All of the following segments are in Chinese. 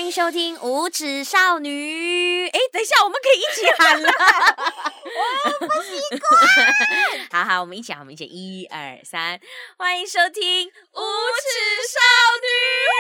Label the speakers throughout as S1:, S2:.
S1: 迎收听无耻少女。哎，等一下，我们可以一起喊了。
S2: 我不习惯。
S1: 好，我们一起，1、2、3，欢迎收听无耻少女。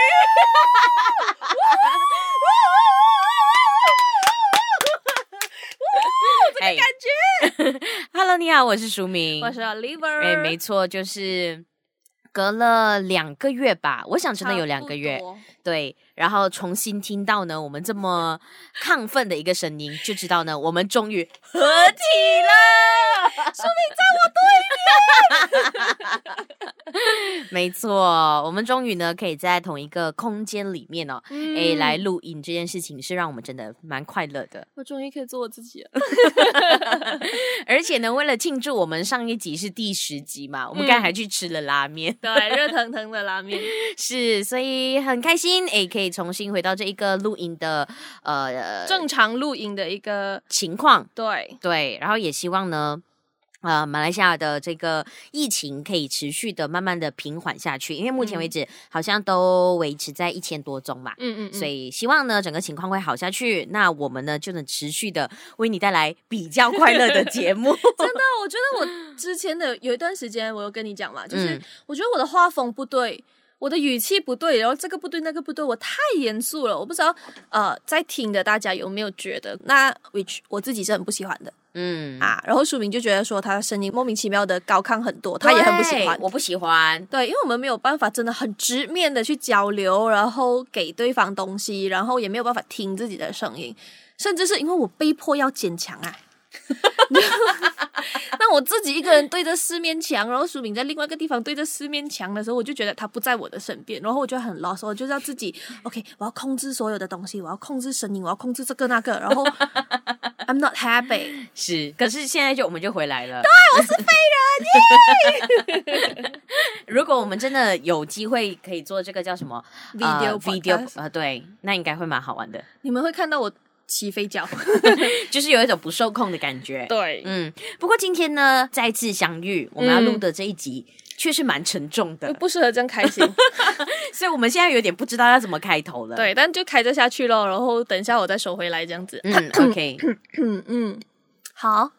S1: 这个感觉。Hello， 你好，我是淑明，
S2: 我是 Oliver。
S1: 没错，就是隔了2个月吧，我想真的有2个月，对，然后重新听到呢我们这么亢奋的一个声音，就知道呢我们终于合体了。淑明在我对面。没错，我们终于呢可以在同一个空间里面哦，来录音这件事情是让我们真的蛮快乐的。
S2: 我终于可以做我自己了。
S1: 而且呢，为了庆祝我们上一集是第10集嘛，我们刚才还去吃了拉面，
S2: 对，热腾腾的拉面。
S1: 是，所以很开心，可以重新回到这一个录音的
S2: 正常录音的一个
S1: 情况。
S2: 对，
S1: 然后也希望呢。马来西亚的这个疫情可以持续的慢慢的平缓下去，因为目前为止好像都维持在1000多宗嘛，所以希望呢整个情况会好下去，那我们呢就能持续的为你带来比较快乐的节目。
S2: 真的，我觉得我之前的有一段时间我有跟你讲嘛，就是我觉得我的画风不对，我的语气不对，然后这个不对那个不对，我太严肃了，我不知道在听的大家有没有觉得，那 which 我自己是很不喜欢的。然后淑明就觉得说他的声音莫名其妙的高亢很多，他也很不喜欢，
S1: 我不喜欢。
S2: 对，因为我们没有办法真的很直面的去交流，然后给对方东西，然后也没有办法听自己的声音，甚至是因为我被迫要坚强啊。那我自己一个人对着4面墙，然后淑敏在另外一个地方对着4面墙的时候，我就觉得他不在我的身边，然后我就很 lost， 我就要自己 OK， 我要控制所有的东西，我要控制声音，我要控制这个那个，然后 I'm not happy。
S1: 是，可是现在我们就回来了。
S2: 对，我是废人耶。
S1: 如果我们真的有机会可以做这个叫什么 video 对，那应该会蛮好玩的。
S2: 你们会看到我起飞脚。
S1: 就是有一种不受控的感觉。
S2: 对，
S1: 不过今天呢再次相遇，我们要录的这一集却是蛮沉重的，
S2: 不适合这样开心。
S1: 所以我们现在有点不知道要怎么开头了。
S2: 对，但就开着下去咯，然后等一下我再收回来这样子。
S1: OK。
S2: 好。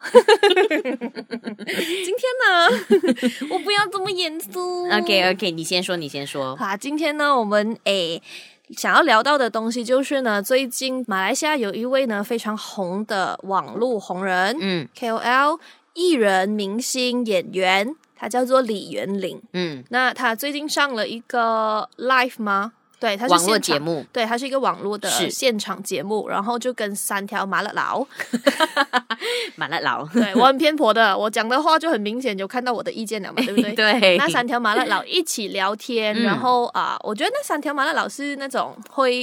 S2: 今天呢我不要这么严肃。
S1: OK， 你先说。
S2: 好，今天呢我们想要聊到的东西就是呢，最近马来西亚有一位呢非常红的网络红人KOL 艺人、明星、演员，他叫做李元林。那他最近上了一个 live 吗？对，它是
S1: 网络节目，
S2: 对，它是一个网络的现场节目，然后就跟3条麻辣佬
S1: 麻辣佬，
S2: 对，我很偏颇的，我讲的话就很明显有看到我的意见了嘛，对不对？
S1: 对，
S2: 那3条麻辣佬一起聊天，然后我觉得那3条麻辣佬是那种会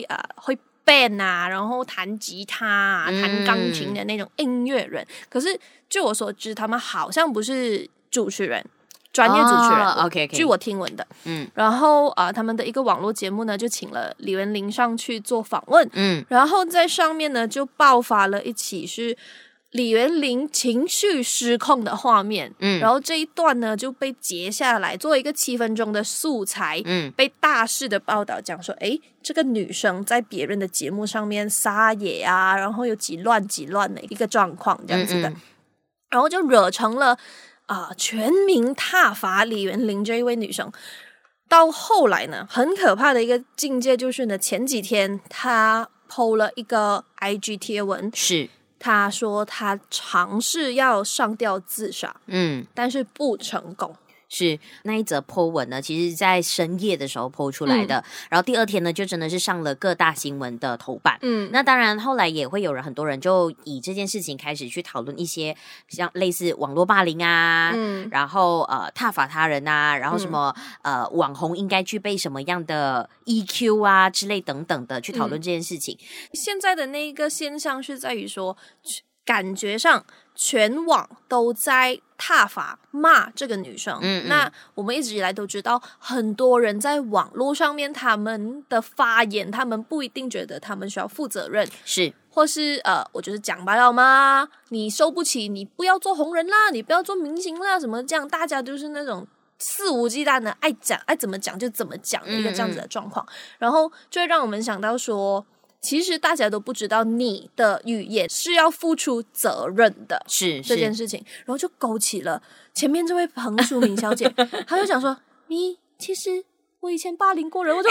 S2: band 啊，然后弹吉他啊、弹钢琴的那种音乐人，可是据我所知，他们好像不是主持人。专业主持人
S1: ，OK，
S2: 据我听闻的，然后他们的一个网络节目呢，就请了李元林上去做访问，然后在上面呢就爆发了一起是李元林情绪失控的画面，然后这一段呢就被截下来做一个7分钟的素材，被大肆的报道讲说，这个女生在别人的节目上面撒野啊，然后有几乱的一个状况这样子的，然后就惹成了全民挞伐李元林这一位女生。到后来呢，很可怕的一个境界就是呢，前几天她 po 了一个 IG 贴文，
S1: 是
S2: 她说她尝试要上吊自杀，但是不成功。
S1: 是那一则 po 文呢，其实在深夜的时候 po 出来的，然后第2天呢就真的是上了各大新闻的头版。那当然后来也会有很多人就以这件事情开始去讨论一些像类似网络霸凌啊，然后挞伐他人啊，然后什么网红应该具备什么样的 EQ 啊之类等等的去讨论这件事情。
S2: 现在的那个现象是在于说，感觉上全网都在挞伐骂这个女生。那我们一直以来都知道，很多人在网络上面他们的发言，他们不一定觉得他们需要负责任，是或是我就是讲白了嘛，你受不起你不要做红人啦，你不要做明星啦，什么这样，大家就是那种肆无忌惮的爱怎么讲就怎么讲的一个这样子的状况，然后就会让我们想到说， 其实大家都不知道你的语言是要付出责任的，
S1: 是
S2: 这件事情，然后就勾起了前面这位彭淑敏小姐，她就讲说，你其实我以前霸凌过人，我就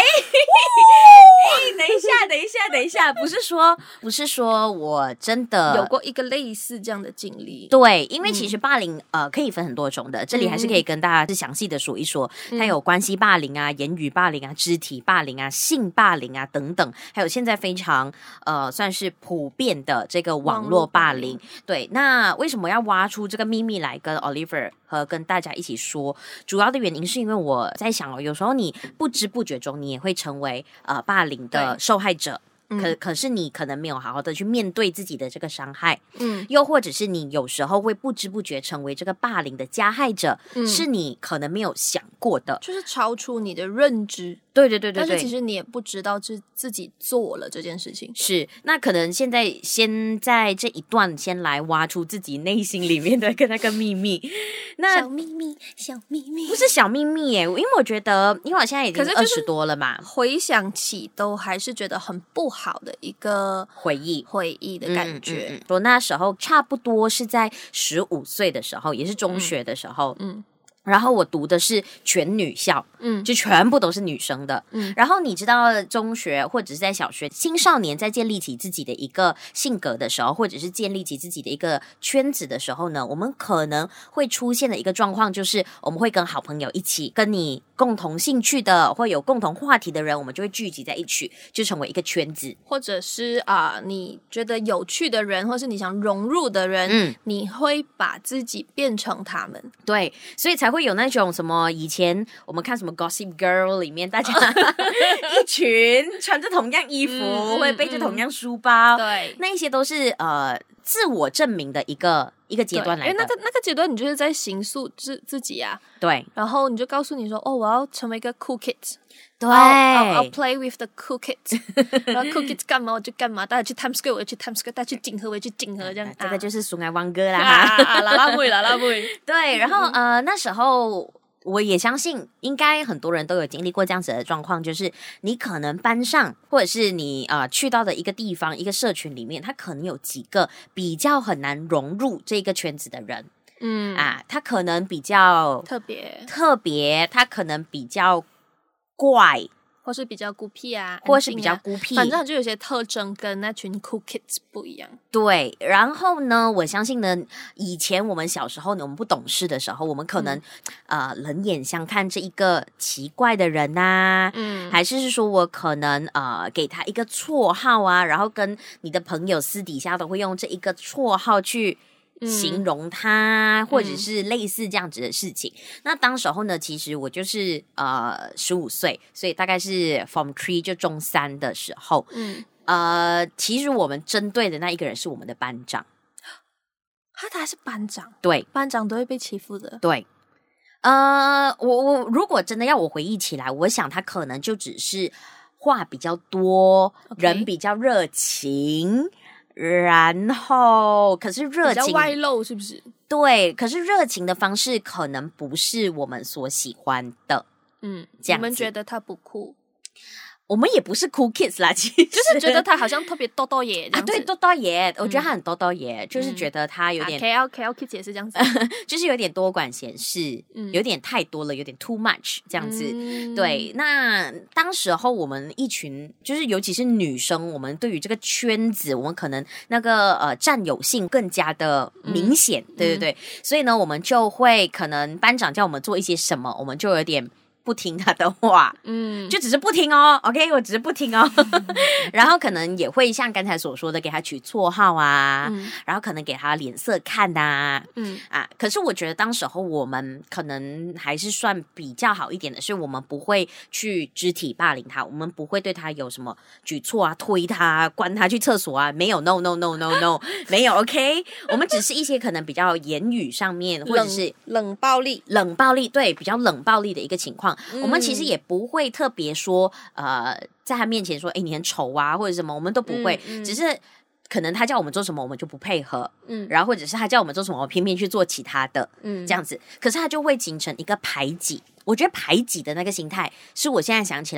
S1: 等一下，不是说我真的
S2: 有过一个类似这样的经历。
S1: 对，因为其实霸凌可以分很多种的，这里还是可以跟大家详细的说一说，它有关系霸凌啊、言语霸凌啊、肢体霸凌啊、性霸凌啊等等，还有现在非常算是普遍的这个网络霸凌。对，那为什么要挖出这个秘密来跟 Oliver 和跟大家一起说？主要的原因是因为我在想有时候你不知不觉中你也会成为霸凌的受害者。可是你可能没有好好的去面对自己的这个伤害，又或者是你有时候会不知不觉成为这个霸凌的加害者，是你可能没有想过的，
S2: 就是超出你的认知。
S1: 对，
S2: 但是其实你也不知道自己做了这件事情。
S1: 是，那可能先在这一段先来挖出自己内心里面的那个秘密。那
S2: 小秘密
S1: 不是小秘密耶，因为我觉得，因为我现在已经20多了嘛，
S2: 回想起都还是觉得很不好的一个回忆的感觉。
S1: 我那时候差不多是在15岁的时候，也是中学的时候，然后我读的是全女校，就全部都是女生的。然后你知道中学或者是在小学，青少年在建立起自己的一个性格的时候，或者是建立起自己的一个圈子的时候呢，我们可能会出现的一个状况就是我们会跟好朋友一起，跟你共同兴趣的或有共同话题的人，我们就会聚集在一起，就成为一个圈子。
S2: 或者是你觉得有趣的人，或是你想融入的人，你会把自己变成他们。
S1: 对，所以才会有那种什么以前我们看什么 Gossip Girl 里面大家一群穿着同样衣服，会背着同样书包，
S2: 对，
S1: 那一些都是自我证明的一个阶段来的。
S2: 因为那个阶段你就是在形塑自己啊，
S1: 对，
S2: 然后你就告诉你说，我要成为一个 cool kid，
S1: 对
S2: I'll play with the cool kids 然后 cool kids 干嘛我就干嘛，大家去 Times Square 我就去 Times Square， 大家去锦和我就去锦和，这样
S1: 这个就是苏爱汪哥啦
S2: 啦啦妹
S1: 对，然后那时候我也相信应该很多人都有经历过这样子的状况，就是你可能班上或者是你去到的一个地方一个社群里面，他可能有几个比较很难融入这个圈子的人，他可能比较特别，他可能比较怪，
S2: 或是比较孤僻啊，
S1: 或是比较孤僻，
S2: 反正就有些特征跟那群 cool kids 不一样。
S1: 对，然后呢，我相信呢，以前我们小时候呢，我们不懂事的时候，我们可能冷眼相看这一个奇怪的人啊，还是说我可能给他一个绰号啊，然后跟你的朋友私底下都会用这一个绰号去形容他，或者是类似这样子的事情。那当时候呢，其实我就是15岁，所以大概是 Form 3就中3的时候。其实我们针对的那一个人是我们的班长。
S2: 他还是班长？
S1: 对，
S2: 班长都会被欺负的。
S1: 对，我如果真的要我回忆起来，我想他可能就只是话比较多，人比较热情。然后可是热情
S2: 比较外露，是不是？
S1: 对，可是热情的方式可能不是我们所喜欢的。这样子，
S2: 你们觉得他不酷？
S1: 我们也不是 cool kids 啦，其实
S2: 就是觉得他好像特别多爷这样子。
S1: 对，多爷，我觉得他很多爷，就是觉得他有点
S2: KL kids 也是这样子，
S1: 就是有点多管闲事，有点太多了，有点 too much 这样子。对，那当时候我们一群就是尤其是女生，我们对于这个圈子，我们可能那个占有性更加的明显，对对对，所以呢，我们就会可能班长叫我们做一些什么，我们就有点不听他的话，就只是不听哦 ，OK， 我只是不听哦，然后可能也会像刚才所说的，给他取绰号啊，然后可能给他脸色看呐，可是我觉得当时候我们可能还是算比较好一点的，是我们不会去肢体霸凌他，我们不会对他有什么举措啊，推他、关他去厕所啊，没有 ，no， 没有 ，OK， 我们只是一些可能比较言语上面或者是
S2: 冷暴力，
S1: 对，比较冷暴力的一个情况。我们其实也不会特别说在他面前说你很丑啊或者什么，我们都不会，只是可能他叫我们做什么我们就不配合，然后或者是他叫我们做什么我偏偏去做其他的，这样子，可是他就会形成一个排挤。我觉得排挤的那个心态是我现在想起来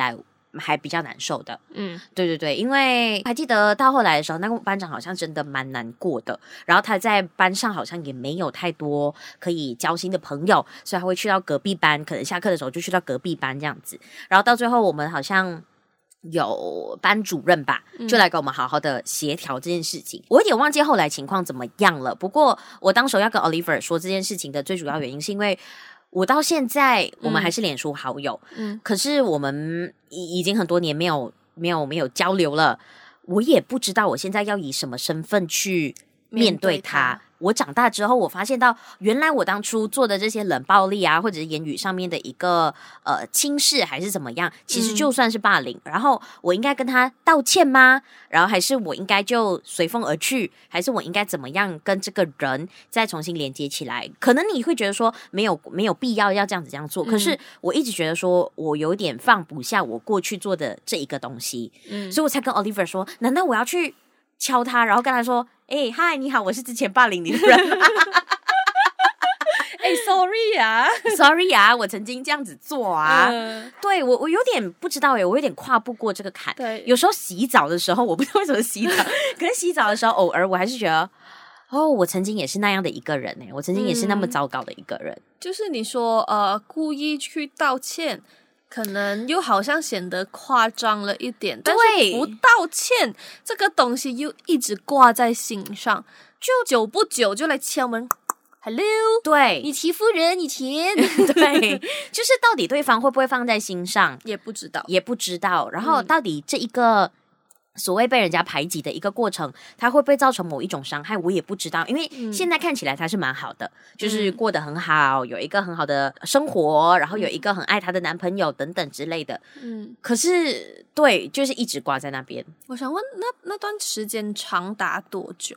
S1: 还比较难受的。对对对，因为还记得到后来的时候，那个班长好像真的蛮难过的，然后他在班上好像也没有太多可以交心的朋友，所以他会去到隔壁班，可能下课的时候就去到隔壁班这样子。然后到最后我们好像有班主任吧，就来跟我们好好的协调这件事情。我有点忘记后来情况怎么样了，不过我当时要跟 Oliver 说这件事情的最主要原因是因为我到现在我们还是脸书好友，可是我们已经很多年没有交流了，我也不知道我现在要以什么身份去面对他。我长大之后，我发现到原来我当初做的这些冷暴力啊，或者是言语上面的一个轻视还是怎么样，其实就算是霸凌。然后我应该跟他道歉吗？然后还是我应该就随风而去？还是我应该怎么样跟这个人再重新连接起来？可能你会觉得说没有必要要这样做，可是我一直觉得说我有点放不下我过去做的这一个东西，所以我才跟 Oliver 说，难道我要去敲他，然后跟他说嗨，你好，我是之前霸凌你的人。sorry 啊，我曾经这样子做啊。对，我有点不知道我有点跨不过这个坎。
S2: 对，
S1: 有时候洗澡的时候，我不知道为什么洗澡，可是洗澡的时候偶尔我还是觉得，我曾经也是那样的一个人我曾经也是那么糟糕的一个人。
S2: 就是你说故意去道歉，可能又好像显得夸张了一点，但是不道歉这个东西又一直挂在心上，就久不久就来敲门。Hello，
S1: 对，
S2: 你欺负人以前，
S1: 对，就是到底对方会不会放在心上，
S2: 也不知
S1: 道。然后到底这一个所谓被人家排挤的一个过程，它会不会造成某一种伤害，我也不知道。因为现在看起来他是蛮好的，就是过得很好，有一个很好的生活，然后有一个很爱他的男朋友等等之类的。可是对，就是一直挂在那边。
S2: 我想问，那段时间长达多久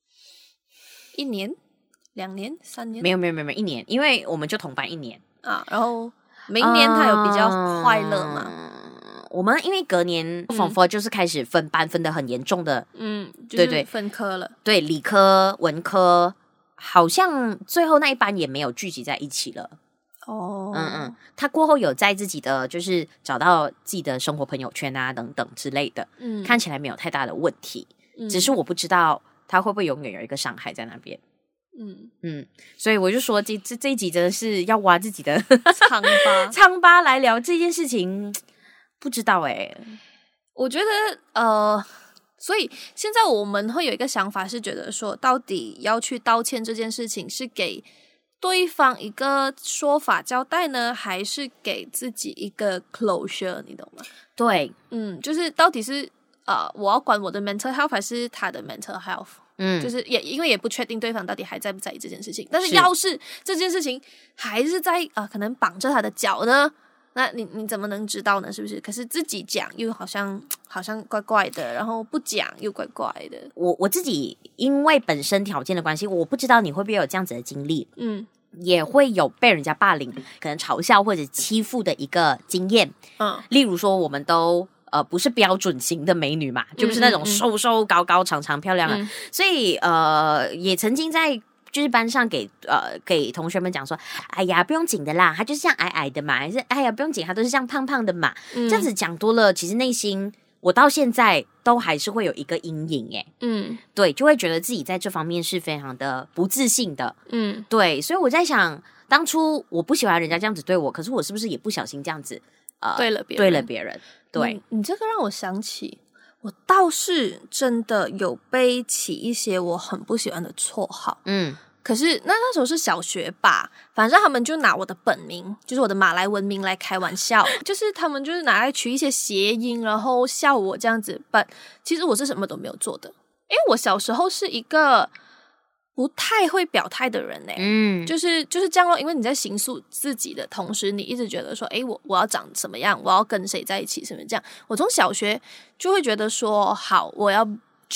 S2: ？1年、2年、3年？
S1: 没有1年，因为我们就同班1年
S2: 啊。然后明年他有比较快乐吗？
S1: 我们因为隔年Form 4就是开始分班，分得很严重的，
S2: 就是分科了。
S1: 对，理科、文科，好像最后那一班也没有聚集在一起了。他过后有在自己的就是找到自己的生活朋友圈啊等等之类的，看起来没有太大的问题，只是我不知道他会不会永远有一个伤害在那边。所以我就说这一集真的是要挖自己的疮疤来聊这件事情。不知道
S2: 我觉得所以现在我们会有一个想法是觉得说，到底要去道歉这件事情是给对方一个说法交代呢，还是给自己一个 closure， 你懂吗？
S1: 对，
S2: 就是到底是我要管我的 mental health 还是他的 mental health，就是因为也不确定对方到底还在不在意这件事情，但是要是这件事情还是在可能绑着他的脚呢，那你怎么能知道呢？是不是？可是自己讲又好像怪怪的，然后不讲又怪怪的。
S1: 我自己因为本身条件的关系，我不知道你会不会有这样子的经历，也会有被人家霸凌、可能嘲笑或者欺负的一个经验。例如说我们都不是标准型的美女嘛，就不是那种瘦瘦高高长长漂亮的，所以也曾经在就是班上给同学们讲说，哎呀不用紧的啦，他就是像矮矮的嘛，还是哎呀不用紧，他都是像胖胖的嘛，这样子讲多了，其实内心我到现在都还是会有一个阴影对，就会觉得自己在这方面是非常的不自信的，对，所以我在想，当初我不喜欢人家这样子对我，可是我是不是也不小心这样子对了别人，对，
S2: 你这个让我想起，我倒是真的有背起一些我很不喜欢的绰号，可是那时候是小学吧，反正他们就拿我的本名，就是我的马来文名来开玩笑，就是他们就是拿来取一些谐音，然后笑我这样子。But 其实我是什么都没有做的，因为我小时候是一个不太会表态的人就是这样咯。因为你在形塑自己的同时，你一直觉得说，我要长什么样，我要跟谁在一起，什么这样。我从小学就会觉得说，好，我要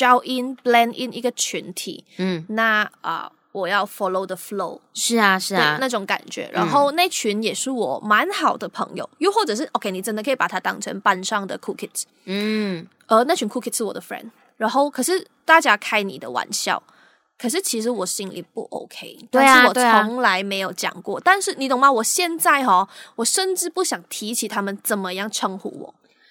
S2: blend in 一个群体，那我要 follow the flow，
S1: 是啊
S2: 那种感觉。然后那群也是我蛮好的朋友，又或者是 OK， 你真的可以把它当成班上的 cool kids，那群 cool kids 是我的 friend， 然后可是大家开你的玩笑，可是其实我心里不 OK， 但是我从来没有讲过。但是你懂吗？我现在我甚至不想提起他们怎么样称呼我。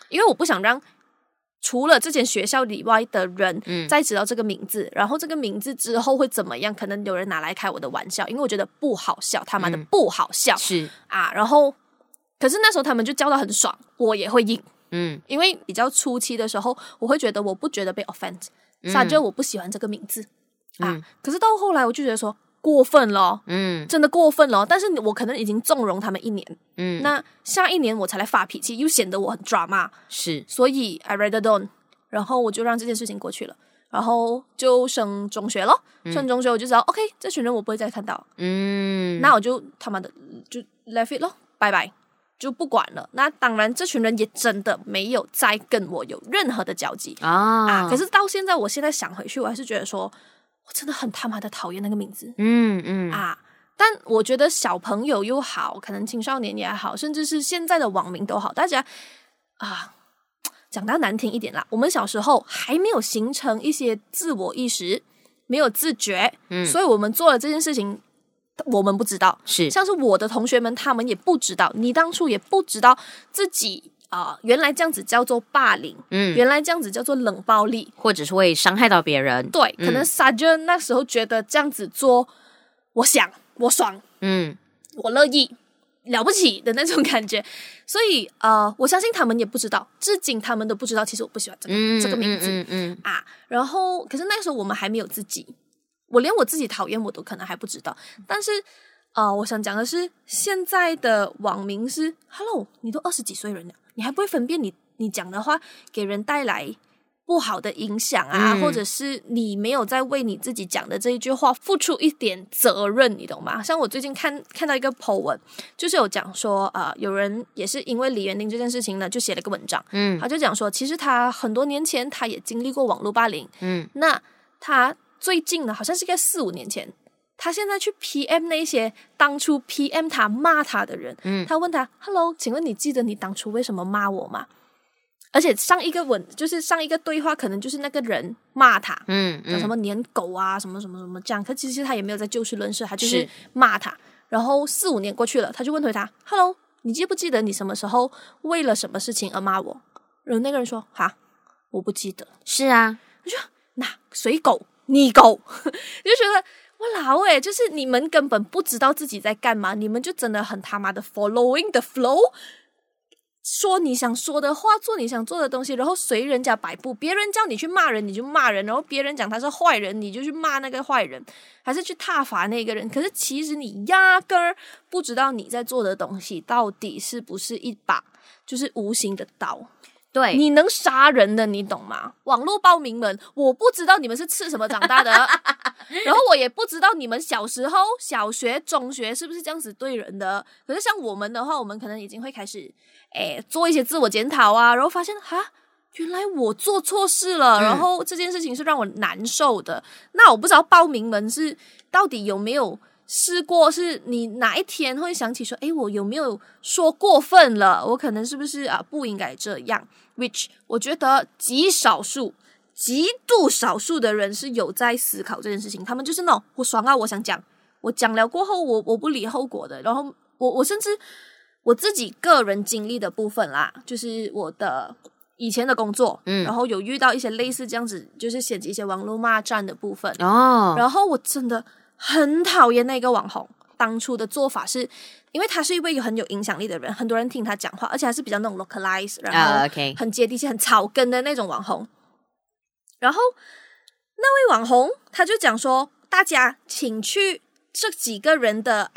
S2: 因为我不想让除了这间学校以外的人再知道这个名字，然后这个名字之后会怎么样，可能有人拿来开我的玩笑，因为我觉得不好笑，他妈的不好笑，
S1: 是
S2: 啊，然后可是那时候他们就叫到很爽，我也会应，因为比较初期的时候，我会觉得我不觉得被 offend，反正我不喜欢这个名字啊，可是到后来我就觉得说过分了，真的过分了，但是我可能已经纵容他们1年，那下1年我才来发脾气，又显得我很 drama，
S1: 是，
S2: 所以 I rather don't， 然后我就让这件事情过去了，然后就升中学咯，升中学我就知道 OK 这群人我不会再看到，那我就他妈的就 left it 咯，拜拜，就不管了。那当然这群人也真的没有再跟我有任何的交集啊，可是到现在我现在想回去，我还是觉得说我真的很他妈的讨厌那个名字，但我觉得小朋友又好，可能青少年也好，甚至是现在的网民都好，大家讲到难听一点啦，我们小时候还没有形成一些自我意识，没有自觉，所以我们做了这件事情我们不知道，
S1: 是
S2: 像是我的同学们他们也不知道，你当初也不知道自己原来这样子叫做霸凌，原来这样子叫做冷暴力，
S1: 或者是会伤害到别人，
S2: 对，可能Saja那时候觉得这样子做我想我爽，我乐意了不起的那种感觉，所以我相信他们也不知道，至今他们都不知道其实我不喜欢这个名字，然后可是那个时候我们还没有自己，我连我自己讨厌我都可能还不知道，但是我想讲的是现在的网民是 Hello 你都20几岁人了，你还不会分辨你讲的话给人带来不好的影响啊，或者是你没有在为你自己讲的这一句话付出一点责任，你懂吗？像我最近看到一个 po 文，就是有讲说有人也是因为李元玲这件事情呢就写了一个文章，他就讲说其实他很多年前他也经历过网络霸凌，那他最近呢好像是在4-5年前，他现在去 PM 那些当初 PM 他骂他的人，他问他 Hello 请问你记得你当初为什么骂我吗？而且上一个对话可能就是那个人骂他，叫什么撵狗啊什么什么什么这样，可其实他也没有在就事论事，他就是骂他，然后4-5年过去了，他就问回他 Hello 你记不记得你什么时候为了什么事情而骂我？然后那个人说哈我不记得。
S1: 是啊，
S2: 我就那谁狗你狗就觉得哇老欸，就是你们根本不知道自己在干嘛，你们就真的很他妈的 following the flow， 说你想说的话，做你想做的东西，然后随人家摆布，别人叫你去骂人你就骂人，然后别人讲他是坏人你就去骂那个坏人，还是去挞伐那个人，可是其实你压根儿不知道你在做的东西到底是不是一把就是无形的刀，
S1: 对，
S2: 你能杀人的，你懂吗？网络暴民们，我不知道你们是吃什么长大的然后我也不知道你们小时候小学中学是不是这样子对人的，可是像我们的话，我们可能已经会开始做一些自我检讨啊，然后发现原来我做错事了，然后这件事情是让我难受的。那我不知道暴民们是到底有没有试过，是你哪一天会想起说我有没有说过分了，我可能是不是不应该这样， which 我觉得极度少数的人是有在思考这件事情，他们就是那种我爽啊，我想讲，我讲了过后我不理后果的，然后我甚至我自己个人经历的部分啦，就是我的以前的工作，然后有遇到一些类似这样子就是掀起一些网络骂战的部分然后我真的很讨厌那个网红，当初的做法是因为他是一位很有影响力的人，很多人听他讲话，而且还是比较那种 localize， 然后很接地气很草根的那种网红，然后那位网红他就讲说大家请去这几个人的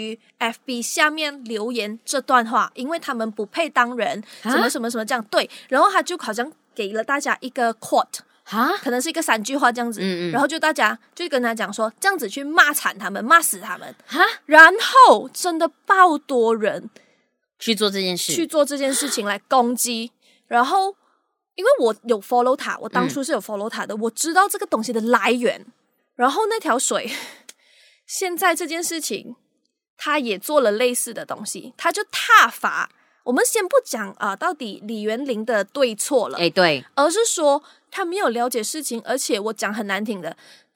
S2: IG、FB 下面留言这段话，因为他们不配当人什么什么什么这样，对，然后他就好像给了大家一个 quote，可能是一个3句话这样子，然后就大家就跟他讲说这样子去骂惨他们，骂死他们然后真的爆多人
S1: 去做这件事
S2: 情来攻击，然后因为我有 follow 他，我当初是有 follow 他的，我知道这个东西的来源，然后那条水现在这件事情他也做了类似的东西，他就挞伐，我们先不讲到底李元玲的对错了，
S1: 对，
S2: 而是说他没有了解事情，而且我讲很难听的，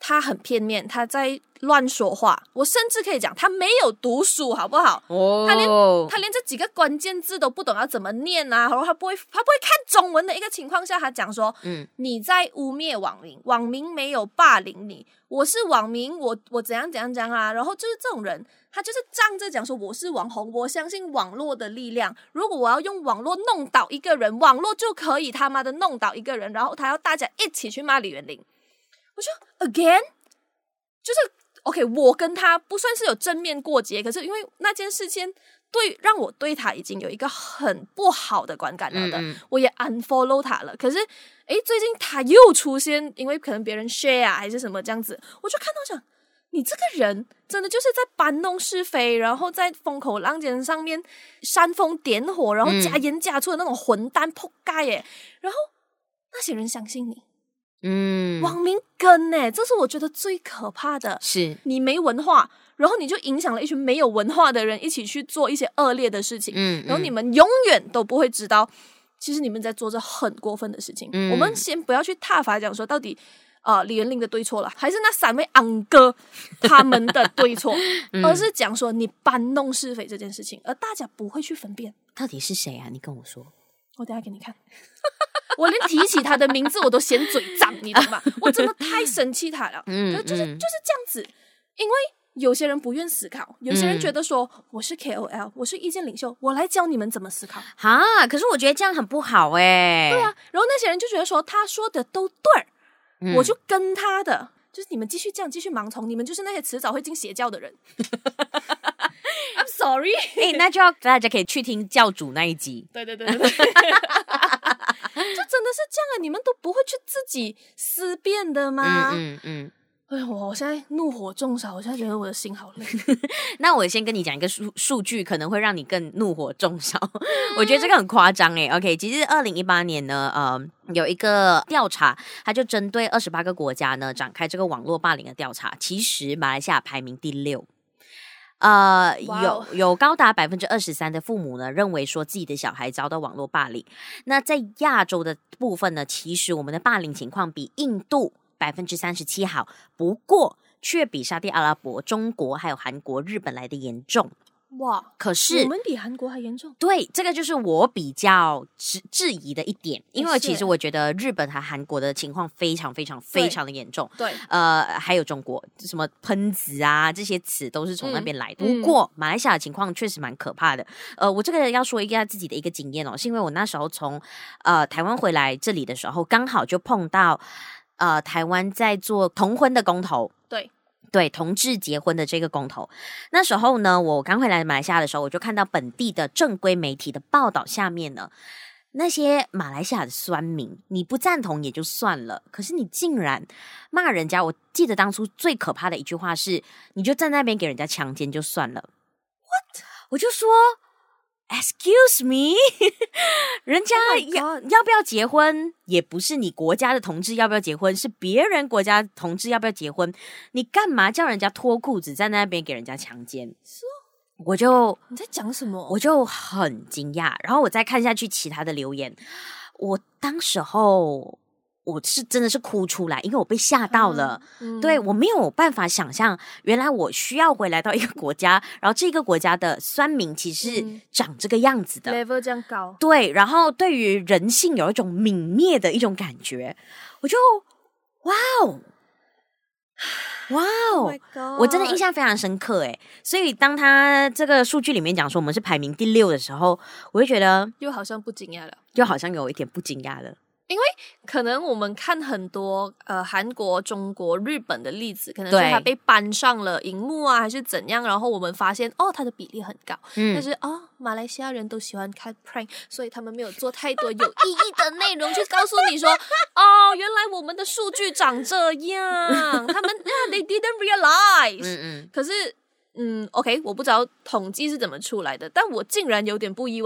S2: 他很片面，他在乱说话。我甚至可以讲，他没有读书，好不好？他连这几个关键字都不懂要怎么念啊，然后他不会看中文的一个情况下，他讲说，你在污蔑网民，网民没有霸凌你，我是网民，我怎样啊，然后就是这种人，他就是仗着讲说我是网红，我相信网络的力量，如果我要用网络弄倒一个人，网络就可以他妈的弄倒一个人，然后他要大家一起去骂李元玲。我说 again， 就是 OK， 我跟他不算是有正面过节，可是因为那件事情让我对他已经有一个很不好的观感了的，我也 unfollow 他了。可是最近他又出现，因为可能别人 share 还是什么这样子，我就看到讲，你这个人真的就是在搬弄是非，然后在风口浪尖上面煽风点火，然后加盐加醋的那种混蛋扑街耶，然后那些人相信你。网民跟这是我觉得最可怕的，是你没文化，然后你就影响了一群没有文化的人一起去做一些恶劣的事情，然后你们永远都不会知道，其实你们在做着很过分的事情。我们先不要去挞伐讲说到底李元玲的对错了，还是那3位昂哥他们的对错，而是讲说你搬弄是非这件事情，而大家不会去分辨
S1: 到底是谁啊？你跟我说，
S2: 我等一下给你看。我连提起他的名字我都嫌嘴脏，你懂吗？我真的太生气他了。就是这样子，因为有些人不愿思考，有些人觉得说我是 KOL， 我是意见领袖，我来教你们怎么思考
S1: 可是我觉得这样很不好对
S2: 啊，然后那些人就觉得说他说的都对，我就跟他的，就是你们继续这样继续盲从，你们就是那些迟早会进邪教的人。I'm sorry，
S1: 那就要大家可以去听教主那一集。
S2: 对。就真的是这样你们都不会去自己思辨的吗？哎呦，我现在怒火中烧，我现在觉得我的心好累。
S1: 那我先跟你讲一个数据，可能会让你更怒火中烧。我觉得这个很夸张OK， 其实2018年呢，有一个调查，它就针对28个国家呢展开这个网络霸凌的调查。其实马来西亚排名第6。有高达23%的父母呢认为说自己的小孩遭到网络霸凌。那在亚洲的部分呢，其实我们的霸凌情况比印度37%好，不过却比沙地阿拉伯、中国还有韩国、日本来的严重。哇！可是
S2: 我们比韩国还严重。
S1: 对，这个就是我比较质疑的一点，因为其实我觉得日本和韩国的情况非常非常非常的严重。对，还有中国什么喷子啊这些词都是从那边来的。不过马来西亚的情况确实蛮可怕的。我这个要说一下自己的一个经验是因为我那时候从台湾回来这里的时候，刚好就碰到台湾在做同婚的公投。对同志结婚的这个公投，那时候呢，我刚回来马来西亚的时候，我就看到本地的正规媒体的报道下面呢，那些马来西亚的酸民，你不赞同也就算了，可是你竟然骂人家。我记得当初最可怕的一句话是，你就站在那边给人家强奸就算了。What？ 我就说 Excuse me 人家要不要结婚也不是你国家的同志要不要结婚，是别人国家同志要不要结婚，你干嘛叫人家脱裤子在那边给人家强奸？你
S2: 在讲什么？
S1: 我就很惊讶，然后我再看下去其他的留言，我当时候我是真的是哭出来，因为我被吓到了。对，我没有办法想象，原来我需要回来到一个国家，然后这个国家的酸民其实长这个样子的
S2: ，level 这样高。
S1: 对，然后对于人性有一种泯灭的一种感觉，我就哇哦，我真的印象非常深刻所以当他这个数据里面讲说我们是排名第6的时候，我就觉得
S2: 又好像不惊讶了，
S1: 就好像有一点不惊讶了。
S2: 因为可能我们看很多韩国、中国、日本的例子，可能是他被搬上了荧幕啊，还是怎样，然后我们发现他的比例很高。但是马来西亚人都喜欢看 prank， 所以他们没有做太多有意义的内容去告诉你说原来我们的数据长这样。他们they didn't realize。可是OK， 我不知道统计是怎么出来的，但我竟然有点不意外。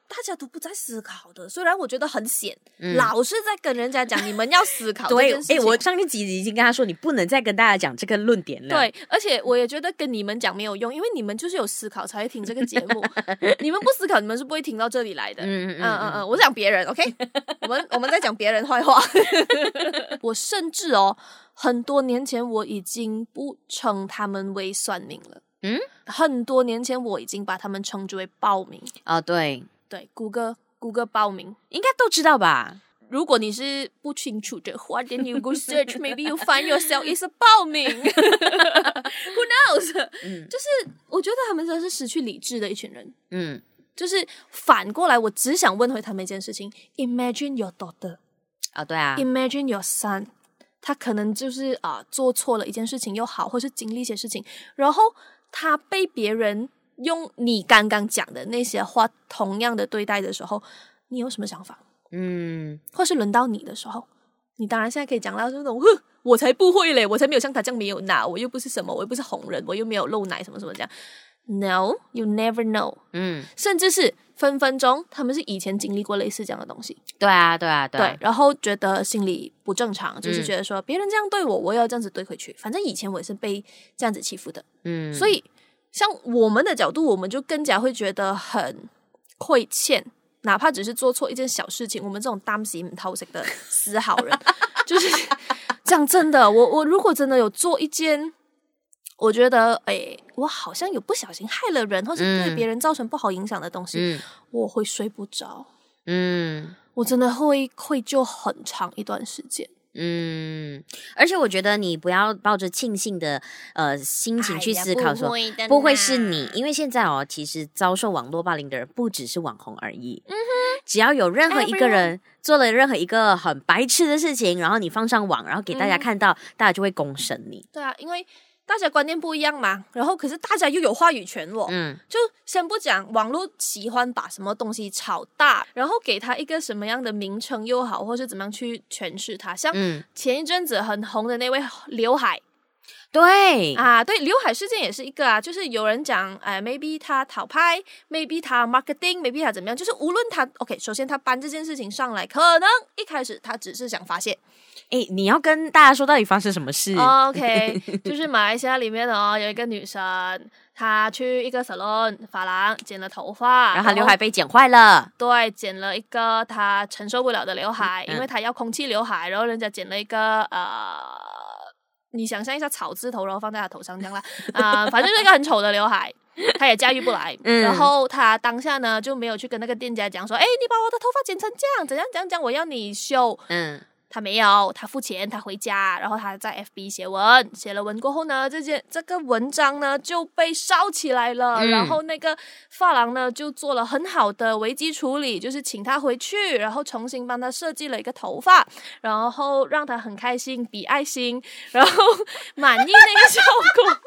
S2: 大家都不在思考的，虽然我觉得很险，老是在跟人家讲你们要思考这件事情。
S1: 对，我上一集已经跟他说，你不能再跟大家讲这个论点了。
S2: 对，而且我也觉得跟你们讲没有用，因为你们就是有思考才会听这个节目，你们不思考，你们是不会听到这里来的。我讲别人 ，OK， 我们在讲别人坏话。我甚至很多年前我已经不称他们为算命了。很多年前我已经把他们称之为报名。
S1: 对，
S2: 谷歌报名
S1: 应该都知道吧？
S2: 如果你是不清楚的话， then you go search, maybe you find yourself is a 报名。Who knows？就是我觉得他们真的是失去理智的一群人。就是反过来，我只想问回他们一件事情 ：Imagine your daughter。
S1: 对啊
S2: ，Imagine your son。他可能就是做错了一件事情又好，或是经历一些事情，然后他被别人用你刚刚讲的那些话同样的对待的时候，你有什么想法？或是轮到你的时候，你当然现在可以讲到这种，我才不会嘞，我才没有像他这样没有脑，我又不是什么，我又不是红人，我又没有露奶什么什么这样。No, you never know。甚至是分分钟他们是以前经历过类似这样的东西。
S1: 对，
S2: 然后觉得心里不正常，就是觉得说别人这样对我，我要这样子对回去。反正以前我也是被这样子欺负的。所以像我们的角度，我们就更加会觉得很亏欠，哪怕只是做错一件小事情，我们这种担死唔偷食的死好人，就是讲真的，我如果真的有做一件。我觉得我好像有不小心害了人，或是对别人造成不好影响的东西，我会睡不着。我真的会愧疚很长一段时间。
S1: 而且我觉得你不要抱着庆幸的心情去思考说不会是你，因为现在其实遭受网络霸凌的人不只是网红而已。只要有任何一个人做了任何一个很白痴的事情，然后你放上网，然后给大家看到，大家就会公审你。
S2: 对啊，因为大家观念不一样嘛，然后可是大家又有话语权就先不讲网络喜欢把什么东西炒大，然后给他一个什么样的名称又好，或是怎么样去诠释它。像前一阵子很红的那位刘海，
S1: 对
S2: 刘海事件也是一个就是有人讲maybe 他讨拍 ，maybe 他 marketing，maybe 他怎么样，就是无论他 OK， 首先他搬这件事情上来，可能一开始他只是想发泄。
S1: 你要跟大家说到底发生什么事
S2: ？OK， 就是马来西亚里面有一个女生，她去一个 salon 发廊剪了头发，
S1: 然后她刘海被剪坏了。
S2: 对，剪了一个她承受不了的刘海，因为她要空气刘海，然后人家剪了一个你想象一下草字头，然后放在她头上这样啦，反正就是一个很丑的刘海。她也驾驭不来，然后她当下呢就没有去跟那个店家讲说，你把我的头发剪成这样，怎样怎样怎样，我要你修。他没有，他付钱，他回家，然后他在 FB 写了文过后呢，这个文章呢就被烧起来了，然后那个发廊呢就做了很好的危机处理，就是请他回去，然后重新帮他设计了一个头发，然后让他很开心，比爱心，然后满意那个效果。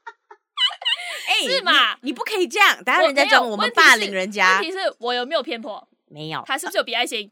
S2: 是嘛？
S1: 你不可以这样，等下人家讲我们霸凌人家。
S2: 问题是我有没有偏颇？
S1: 没有，
S2: 他是不是有比爱心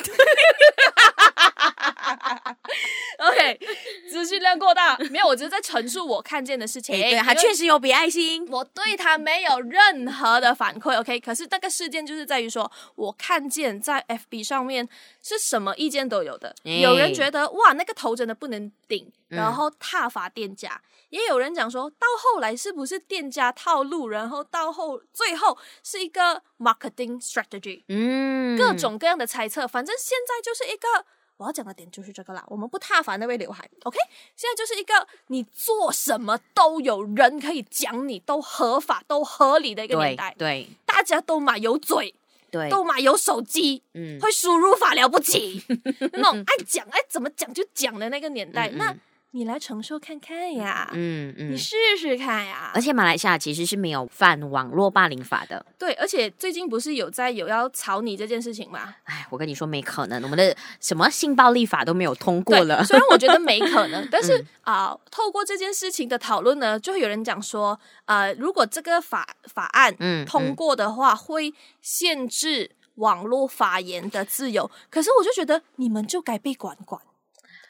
S2: ？OK， 资讯量过大，没有，我只是在陈述我看见的事情。
S1: 对，他确实有比爱心，
S2: 我对他没有任何的反馈。OK， 可是那个事件就是在于说，我看见在 FB 上面是什么意见都有的，有人觉得哇，那个头真的不能顶，然后挞伐店家。也有人讲说，到后来是不是店家套路，然后最后是一个 marketing strategy， 各种各样的猜测。反正现在就是一个我要讲的点就是这个啦，我们不挞伐那位刘海 ，OK？ 现在就是一个你做什么都有人可以讲你，都合法、都合理的一个年代。
S1: 对，
S2: 大家都嘛有嘴。
S1: 对，
S2: 都嘛有手机，会输入法了不起，那种爱讲爱怎么讲就讲的那个年代，那你来承受看看呀，你试试看呀。
S1: 而且马来西亚其实是没有犯网络霸凌法的。
S2: 对，而且最近不是有要炒你这件事情吗？
S1: 我跟你说没可能，我们的什么性暴力法都没有通过了。
S2: 虽然我觉得没可能，但是透过这件事情的讨论呢，就会有人讲说，如果这个法案通过的话，会限制网络发言的自由。可是我就觉得你们就该被管。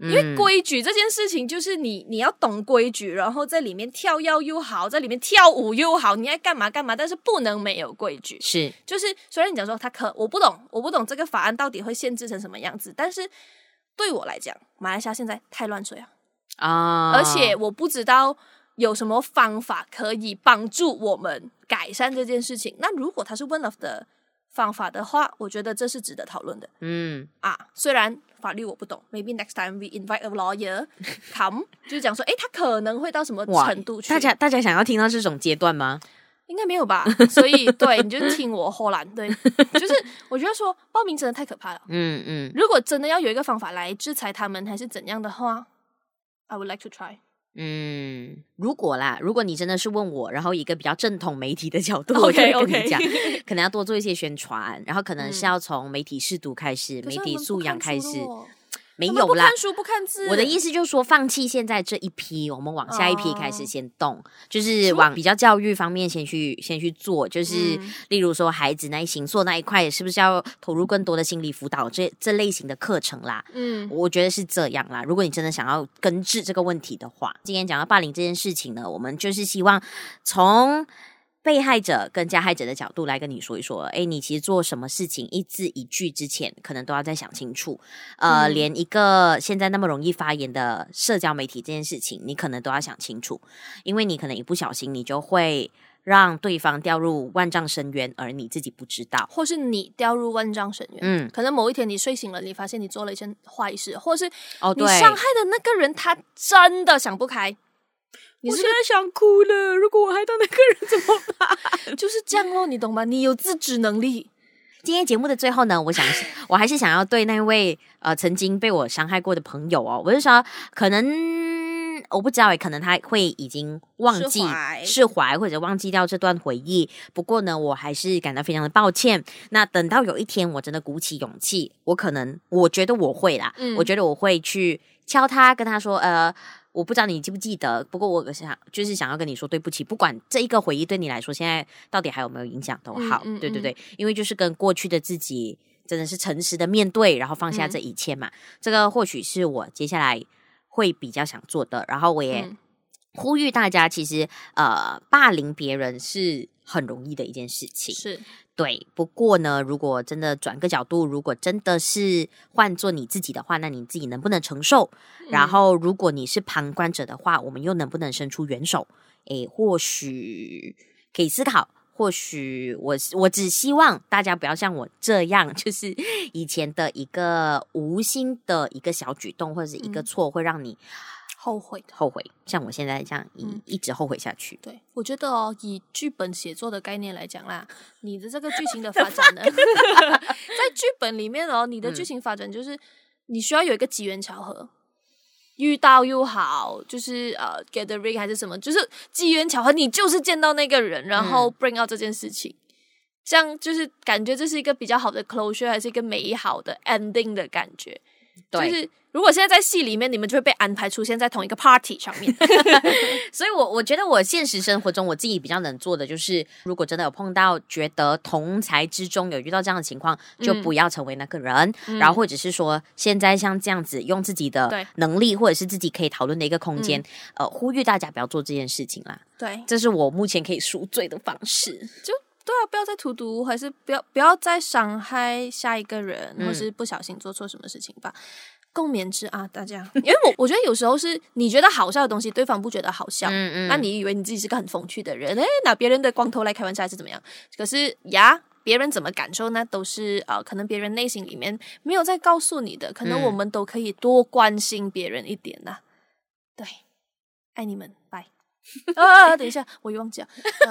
S2: 因为规矩这件事情就是你要懂规矩，然后在里面跳跃又好，在里面跳舞又好，你爱干嘛干嘛，但是不能没有规矩。
S1: 是，
S2: 就是虽然你讲说我不懂这个法案到底会限制成什么样子，但是对我来讲，马来西亚现在太乱水了而且我不知道有什么方法可以帮助我们改善这件事情。那如果它是 one of 的方法的话，我觉得这是值得讨论的。虽然法律我不懂 ，maybe next time we invite a lawyer come 就是讲说，他可能会到什么程度去？
S1: 大家想要听到这种阶段吗？
S2: 应该没有吧。所以对，你就听我荷兰。对，就是我觉得说暴民真的太可怕了。如果真的要有一个方法来制裁他们，还是怎样的话 ，I would like to try。
S1: 如果你真的是问我，然后以一个比较正统媒体的角度，我就会跟你讲，可能要多做一些宣传，然后可能是要从媒体识读开始，媒体素养开始。没有啦，
S2: 不看书不看字。
S1: 我的意思就是说，放弃现在这一批，我们往下一批开始先动，就是往比较教育方面先去做，就是例如说孩子那一形塑那一块，是不是要投入更多的心理辅导这类型的课程啦？我觉得是这样啦。如果你真的想要根治这个问题的话，今天讲到霸凌这件事情呢，我们就是希望从被害者跟加害者的角度来跟你说一说，你其实做什么事情一字一句之前可能都要再想清楚，连一个现在那么容易发言的社交媒体这件事情你可能都要想清楚，因为你可能一不小心你就会让对方掉入万丈深渊，而你自己不知道，
S2: 或是你掉入万丈深渊。可能某一天你睡醒了，你发现你做了一件坏事，或是你伤害的那个人他真的想不开，我现在想哭了，如果我害到那个人怎么办？就是这样咯，你懂吗？你有自制能力。
S1: 今天节目的最后呢，我还是想要对那位曾经被我伤害过的朋友我就说，可能我不知道可能他会已经忘记释怀或者忘记掉这段回忆，不过呢我还是感到非常的抱歉。那等到有一天我真的鼓起勇气，我觉得我会啦，我觉得我会去敲他，跟他说我不知道你记不记得，不过我想要跟你说对不起，不管这一个回忆对你来说现在到底还有没有影响都好，对，因为就是跟过去的自己真的是诚实的面对，然后放下这一切嘛，这个或许是我接下来会比较想做的。然后我也呼吁大家，其实霸凌别人是很容易的一件事情，
S2: 是
S1: 对，不过呢，如果真的转个角度，如果真的是换做你自己的话，那你自己能不能承受？然后如果你是旁观者的话，我们又能不能伸出援手？或许可以思考，或许我只希望大家不要像我这样，就是以前的一个无心的一个小举动或者是一个错，会让你
S2: 后悔，
S1: 像我现在这样一直后悔下去。
S2: 对，我觉得以剧本写作的概念来讲啦，你的这个剧情的发展呢，在剧本里面你的剧情发展就是你需要有一个机缘巧合，遇到又好，就是 gathering 还是什么，就是机缘巧合，你就是见到那个人，然后 bring out 这件事情，这样就是感觉这是一个比较好的 closure， 还是一个美好的 ending 的感觉。对，就是如果现在在戏里面，你们就会被安排出现在同一个 party 上面。
S1: 所以我觉得我现实生活中我自己比较能做的就是，如果真的有碰到觉得同侪之中有遇到这样的情况，就不要成为那个人，然后或者是说现在像这样子用自己的能力或者是自己可以讨论的一个空间，呼吁大家不要做这件事情啦。
S2: 对，
S1: 这是我目前可以赎罪的方式。
S2: 就对啊，不要再荼毒，还是不要再伤害下一个人，或是不小心做错什么事情吧。共勉之啊，大家。因为我觉得有时候是你觉得好笑的东西，对方不觉得好笑，那你以为你自己是个很风趣的人，拿别人的光头来开玩笑还是怎么样？可是别人怎么感受，那都是可能别人内心里面没有在告诉你的，可能我们都可以多关心别人一点呐。对，爱你们，拜。等一下，我又忘记了。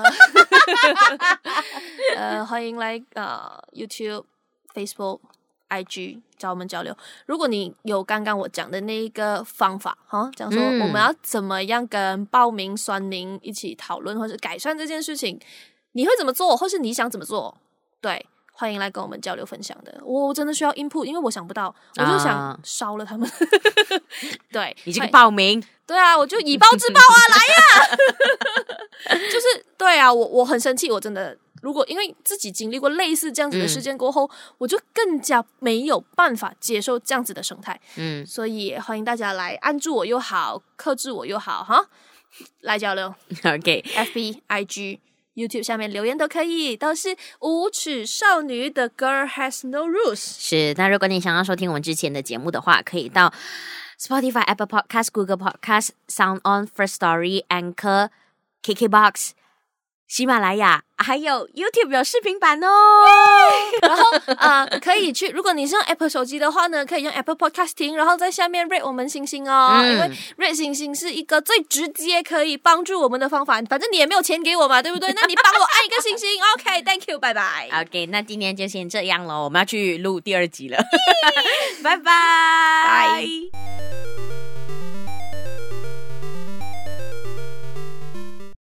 S2: 欢迎来YouTube、Facebook、IG 找我们交流。如果你有刚刚我讲的那一个方法讲说我们要怎么样跟暴民、酸民一起讨论或者改善这件事情，你会怎么做，或是你想怎么做？对，欢迎来跟我们交流分享的。我真的需要 input， 因为我想不到，我就想烧了他们。对，
S1: 你这个暴民。
S2: 对啊，我就以暴制暴啊，来呀！就是对啊，我很生气，我真的如果因为自己经历过类似这样子的事件过后，我就更加没有办法接受这样子的生态。所以欢迎大家来按住我又好，克制我又好哈，来交流。
S1: OK，
S2: FB、IG、YouTube 下面留言都可以，都是无耻少女的 Girl Has No Rules。
S1: 是，那如果你想要收听我们之前的节目的话，可以到 Spotify、Apple Podcast、Google Podcast、SoundOn、First Story、Anchor、KKBox、喜马拉雅还有 YouTube 有视频版哦。
S2: 然后可以去，如果你是用 Apple 手机的话呢，可以用 Apple Podcast 听，然后在下面 rate 我们星星哦，因为 rate 星星是一个最直接可以帮助我们的方法，反正你也没有钱给我嘛，对不对？那你帮我按一个星星OK Thank you 拜拜。
S1: OK， 那今天就先这样咯，我们要去录第2集了拜拜。